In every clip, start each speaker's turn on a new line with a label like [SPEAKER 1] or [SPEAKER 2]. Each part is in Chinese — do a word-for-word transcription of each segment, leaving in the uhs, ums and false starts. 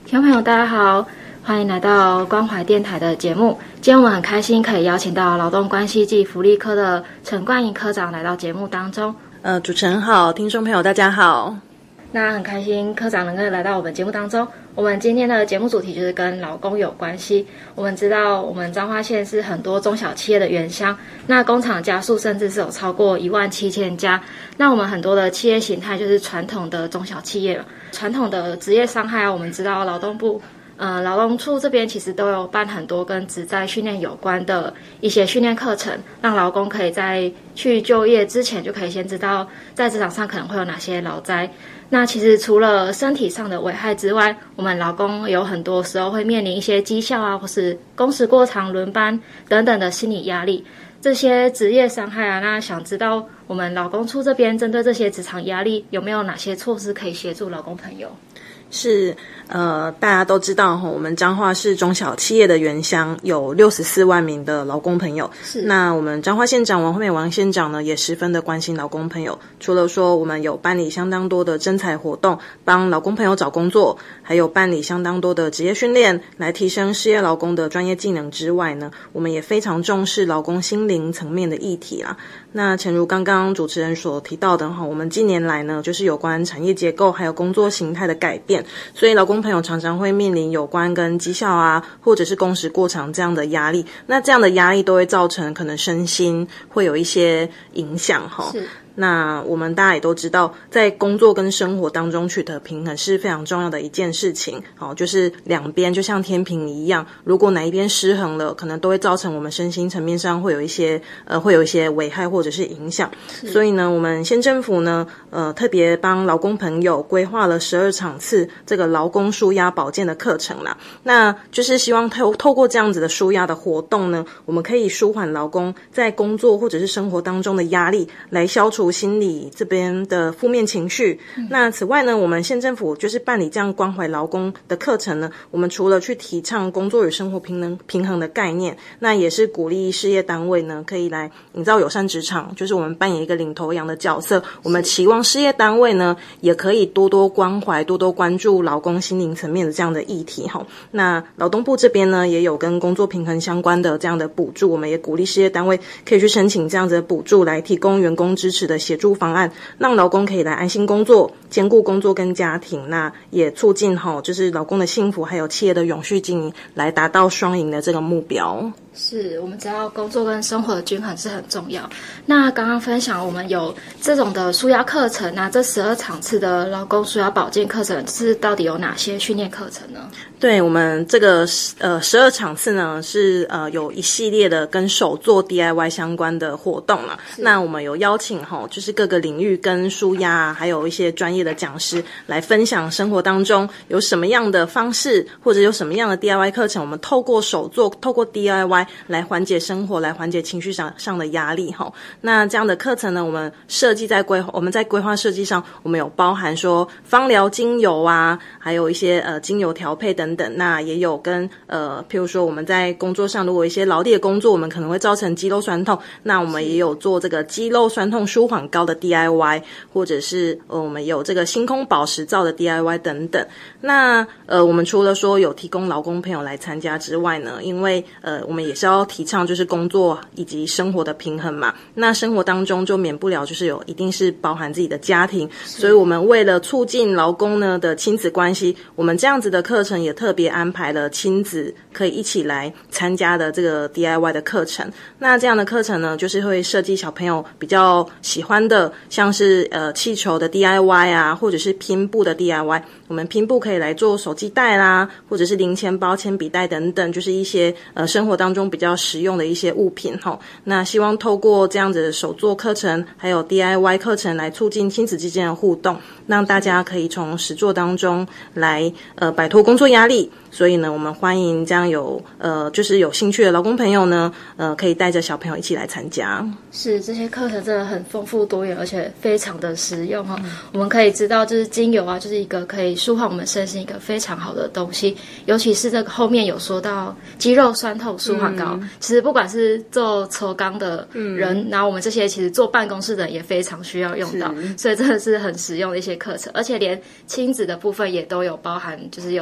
[SPEAKER 1] 听众朋友大家好，欢迎来到关怀电台的节目。今天我们很开心可以邀请到劳动关系暨福利科的陈冠莹科长来到节目当中。
[SPEAKER 2] 呃，主持人好，听众朋友大家好。
[SPEAKER 1] 那很开心科长能够来到我们节目当中。我们今天的节目主题就是跟劳工有关系。我们知道我们彰化县是很多中小企业的原乡，那工厂家数甚至是有超过一万七千家。那我们很多的企业形态就是传统的中小企业了。传统的职业伤害啊，我们知道劳动部呃，劳动处这边其实都有办很多跟职灾训练有关的一些训练课程，让劳工可以在去就业之前就可以先知道在职场上可能会有哪些劳灾。那其实除了身体上的危害之外，我们劳工有很多时候会面临一些绩效啊，或是工时过长、轮班等等的心理压力。这些职业伤害啊，那想知道我们劳工处这边针对这些职场压力有没有哪些措施可以协助劳工朋友？
[SPEAKER 2] 是呃，大家都知道哈，我们彰化是中小企业的原乡，有六十四万名的劳工朋友。是，那我们彰化县长王惠美王县长呢，也十分的关心劳工朋友。除了说我们有办理相当多的征才活动，帮劳工朋友找工作，还有办理相当多的职业训练，来提升失业劳工的专业技能之外呢，我们也非常重视劳工心灵层面的议题啦。那诚如刚刚主持人所提到的哈，我们近年来呢，就是有关产业结构还有工作形态的改变，所以劳工朋友常常会面临有关跟绩效啊，或者是工时过长这样的压力。那这样的压力都会造成可能身心会有一些影响哈。是。那我们大家也都知道，在工作跟生活当中取得平衡是非常重要的一件事情。好，就是两边就像天平一样，如果哪一边失衡了，可能都会造成我们身心层面上会有一些呃会有一些危害或者是影响。所以呢，我们县政府呢，呃特别帮劳工朋友规划了十二场次这个劳工舒压保健的课程啦。那就是希望透透过这样子的舒压的活动呢，我们可以舒缓劳工在工作或者是生活当中的压力，来消除心理这边的负面情绪。嗯、那此外呢，我们县政府就是办理这样关怀劳工的课程呢，我们除了去提倡工作与生活平衡平衡的概念，那也是鼓励事业单位呢可以来营造友善职场，就是我们扮演一个领头羊的角色。我们期望事业单位呢也可以多多关怀、多多关注劳工心灵层面的这样的议题哈。那劳动部这边呢也有跟工作平衡相关的这样的补助，我们也鼓励事业单位可以去申请这样子的补助，来提供员工支持的协助方案，让劳工可以来安心工作，兼顾工作跟家庭，那也促进齁就是劳工的幸福，还有企业的永续经营，来达到双赢的这个目标。
[SPEAKER 1] 是，我们知道工作跟生活的均衡是很重要。那刚刚分享我们有这种的舒压课程，那这十二场次的劳工舒压保健课程是到底有哪些训练课程呢？
[SPEAKER 2] 对，我们这个呃十二场次呢是呃有一系列的跟手作 D I Y 相关的活动啦。那我们有邀请齁就是各个领域跟舒压还有一些专业的讲师来分享生活当中有什么样的方式或者有什么样的 D I Y 课程，我们透过手作透过 D I Y来缓解生活，来缓解情绪上上的压力齁。那这样的课程呢，我们设计在规我们在规划设计上，我们有包含说芳疗精油啊，还有一些呃精油调配等等。那也有跟呃譬如说我们在工作上如果有一些劳力的工作，我们可能会造成肌肉酸痛，那我们也有做这个肌肉酸痛舒缓膏的 D I Y， 或者是呃我们有这个星空宝石皂的 D I Y 等等。那呃我们除了说有提供劳工朋友来参加之外呢，因为呃我们也是要提倡就是工作以及生活的平衡嘛，那生活当中就免不了就是有一定是包含自己的家庭，所以我们为了促进劳工呢的亲子关系，我们这样子的课程也特别安排了亲子可以一起来参加的这个 D I Y 的课程。那这样的课程呢，就是会设计小朋友比较喜欢的，像是呃气球的 D I Y 啊，或者是拼布的 D I Y。我们拼布可以来做手机袋啦，或者是零钱包、铅笔袋等等，就是一些呃生活当中比较实用的一些物品齁。那希望透过这样子的手作课程还有 D I Y 课程来促进亲子之间的互动，让大家可以从实作当中来呃摆脱工作压力。所以呢，我们欢迎这样有呃就是有兴趣的劳工朋友呢，呃可以带着小朋友一起来参加。
[SPEAKER 1] 是，这些课程真的很丰富多元，而且非常的实用哈、哦嗯。我们可以知道，就是精油啊，就是一个可以舒缓我们身心一个非常好的东西。尤其是这个后面有说到肌肉酸痛舒缓膏、嗯，其实不管是做抽钢的人、嗯，然后我们这些其实坐办公室的人也非常需要用到，所以真的是很实用的一些课程，而且连亲子的部分也都有包含，就是有。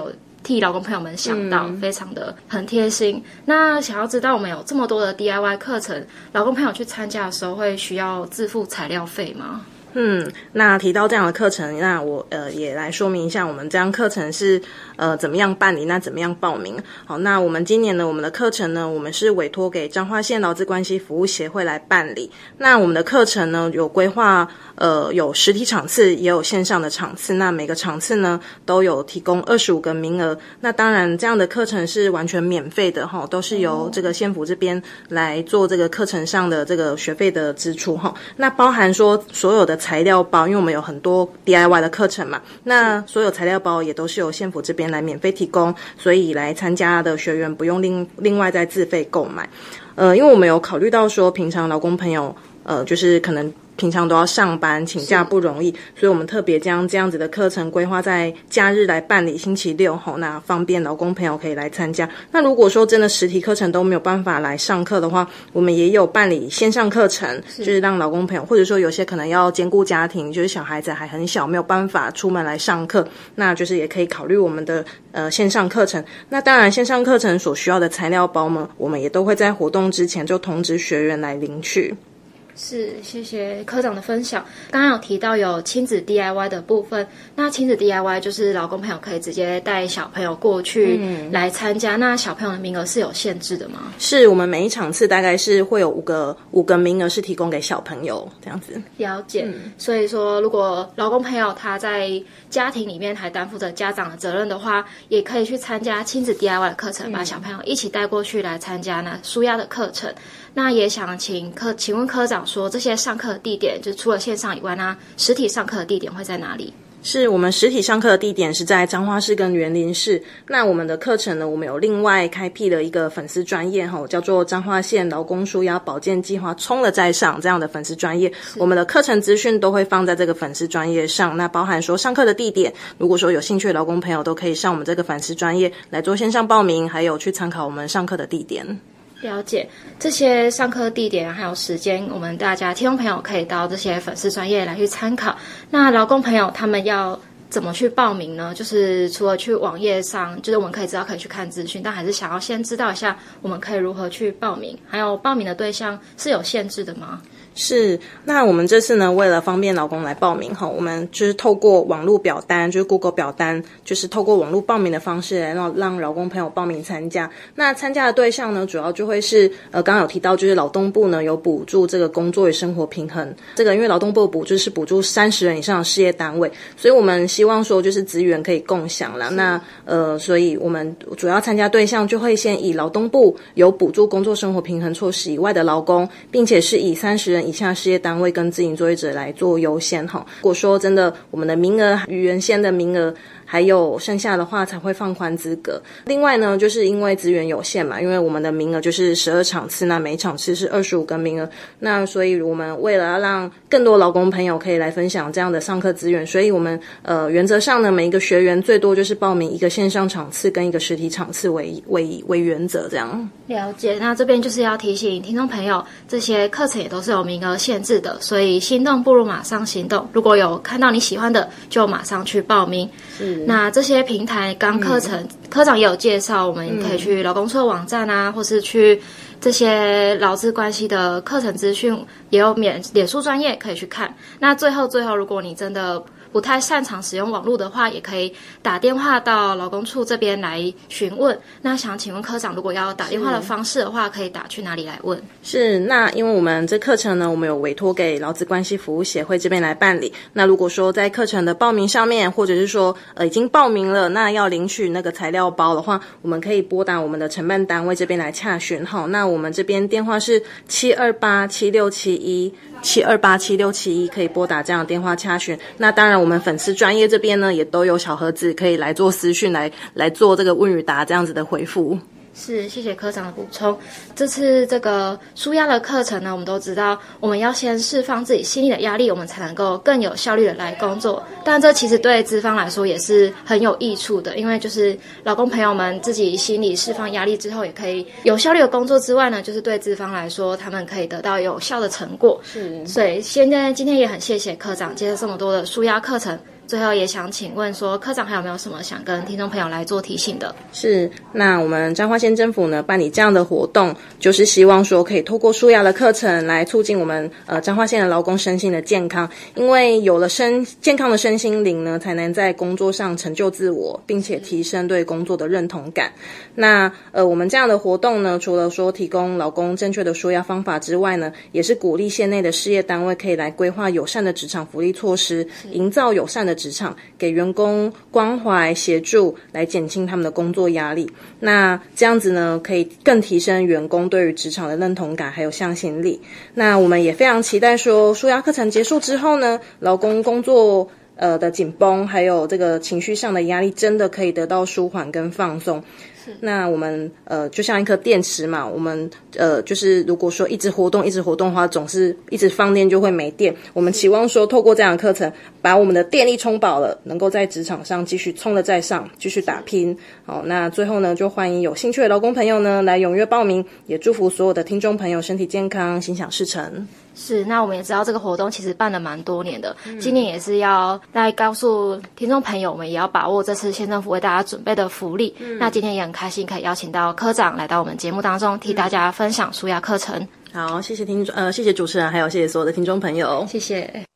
[SPEAKER 1] 替劳工朋友们想到，嗯、非常的很贴心。那想要知道我们有这么多的 D I Y 课程，劳工朋友去参加的时候会需要自付材料费吗？
[SPEAKER 2] 嗯，那提到这样的课程，那我呃也来说明一下，我们这样课程是呃怎么样办理，那怎么样报名？好，那我们今年呢，我们的课程呢，我们是委托给彰化县劳资关系服务协会来办理。那我们的课程呢，有规划呃有实体场次，也有线上的场次。那每个场次呢，都有提供二十五个名额。那当然，这样的课程是完全免费的哈，都是由这个县府这边来做这个课程上的这个学费的支出哈。那包含说所有的材料包，因为我们有很多 D I Y 的课程嘛，那所有材料包也都是由县府这边来免费提供，所以来参加的学员不用另另外再自费购买。呃，因为我们有考虑到说，平常劳工朋友呃，就是可能平常都要上班，请假不容易，所以我们特别将这样子的课程规划在假日来办理，星期六吼，那方便劳工朋友可以来参加。那如果说真的实体课程都没有办法来上课的话，我们也有办理线上课程，是就是让劳工朋友，或者说有些可能要兼顾家庭，就是小孩子还很小，没有办法出门来上课，那就是也可以考虑我们的呃线上课程。那当然线上课程所需要的材料包呢，我们也都会在活动之前就通知学员来领取。
[SPEAKER 1] 是，谢谢科长的分享。刚刚有提到有亲子 D I Y 的部分，那亲子 D I Y 就是劳工朋友可以直接带小朋友过去来参加，嗯、那小朋友的名额是有限制的吗？
[SPEAKER 2] 是，我们每一场次大概是会有五个五个名额是提供给小朋友这样子。
[SPEAKER 1] 了解，嗯、所以说如果劳工朋友他在家庭里面还担负着家长的责任的话，也可以去参加亲子 D I Y 的课程，嗯、把小朋友一起带过去来参加那舒压的课程。那也想请科，请问科长说，这些上课的地点，就除了线上以外呢，实体上课的地点会在哪里？
[SPEAKER 2] 是我们实体上课的地点是在彰化市跟员林市。那我们的课程呢，我们有另外开辟了一个粉丝专页哈，叫做彰化县劳工舒压保健计划冲了再上这样的粉丝专页。我们的课程资讯都会放在这个粉丝专页上，那包含说上课的地点，如果说有兴趣的劳工朋友都可以上我们这个粉丝专页来做线上报名，还有去参考我们上课的地点。
[SPEAKER 1] 了解，这些上课地点还有时间，我们大家听众朋友可以到这些粉丝专页来去参考。那劳工朋友他们要怎么去报名呢？就是除了去网页上，就是我们可以知道可以去看资讯，但还是想要先知道一下我们可以如何去报名，还有报名的对象是有限制的吗？
[SPEAKER 2] 是，那我们这次呢，为了方便劳工来报名哈，我们就是透过网络表单，就是 Google 表单，就是透过网络报名的方式来让让劳工朋友报名参加。那参加的对象呢，主要就会是呃，刚刚有提到，就是劳动部呢有补助这个工作与生活平衡，这个因为劳动部的补助是补助三十人以上的事业单位，所以我们希望说就是资源可以共享啦。那呃，所以我们主要参加对象就会先以劳动部有补助工作生活平衡措施以外的劳工，并且是以三十人以下事业单位跟自营作业者来做优先哈。如果说真的我们的名额与原先的名额还有剩下的话才会放宽资格。另外呢，就是因为资源有限嘛，因为我们的名额就是十二场次，那每场次是二十五个名额，那所以我们为了要让更多劳工朋友可以来分享这样的上课资源，所以我们呃原则上呢，每一个学员最多就是报名一个线上场次跟一个实体场次为为为原则这样。
[SPEAKER 1] 了解，那这边就是要提醒听众朋友，这些课程也都是有名额限制的，所以心动不如马上行动。如果有看到你喜欢的，就马上去报名。是。那这些平台刚课程、嗯、科长也有介绍，我们可以去劳工处的网站啊、嗯、或是去这些劳资关系的课程资讯，也有免脸书专页可以去看。那最后最后如果你真的不太擅长使用网络的话，也可以打电话到劳工处这边来询问。那想请问科长，如果要打电话的方式的话，可以打去哪里来问？
[SPEAKER 2] 是，那因为我们这课程呢，我们有委托给劳资关系服务协会这边来办理。那如果说在课程的报名上面，或者是说呃已经报名了，那要领取那个材料包的话，我们可以拨打我们的承办单位这边来洽询哈。那我们这边电话是七二八七六七一。七二八七六七一可以拨打这样的电话洽询。那当然我们粉丝专业这边呢也都有小盒子可以来做私讯，来来做这个问与答这样子的回复。
[SPEAKER 1] 是，谢谢科长的补充。这次这个舒压的课程呢，我们都知道我们要先释放自己心里的压力，我们才能够更有效率的来工作。但这其实对资方来说也是很有益处的，因为就是劳工朋友们自己心里释放压力之后，也可以有效率的工作之外呢，就是对资方来说他们可以得到有效的成果。是，所以现在今天也很谢谢科长接受这么多的舒压课程， 最后也想请问说，科长还有没有什么想跟听众朋友来做提醒的？
[SPEAKER 2] 是，那我们彰化县政府呢办理这样的活动，就是希望说可以透过舒压的课程来促进我们呃彰化县的劳工身心的健康，因为有了身健康的身心灵呢，才能在工作上成就自我，并且提升对工作的认同感。那呃我们这样的活动呢，除了说提供劳工正确的舒压方法之外呢，也是鼓励县内的事业单位可以来规划友善的职场福利措施，营造友善的职场，给员工关怀协助，来减轻他们的工作压力。那这样子呢，可以更提升员工对于职场的认同感还有向心力。那我们也非常期待说，舒压课程结束之后呢，劳工工作呃的紧绷，还有这个情绪上的压力，真的可以得到舒缓跟放松。那我们呃就像一颗电池嘛，我们呃就是如果说一直活动一直活动的话，总是一直放电就会没电。我们期望说透过这样的课程，把我们的电力充饱了，能够在职场上继续冲了再上，继续打拼。好，那最后呢，就欢迎有兴趣的劳工朋友呢来踊跃报名，也祝福所有的听众朋友身体健康，心想事成。
[SPEAKER 1] 是，那我们也知道这个活动其实办了蛮多年的，嗯、今年也是要来告诉听众朋友，我们也要把握这次县政府为大家准备的福利。嗯、那今天也很开心可以邀请到科长来到我们节目当中，替大家分享舒压课程。
[SPEAKER 2] 好，谢谢听众呃，谢谢主持人，还有谢谢所有的听众朋友，
[SPEAKER 1] 谢谢。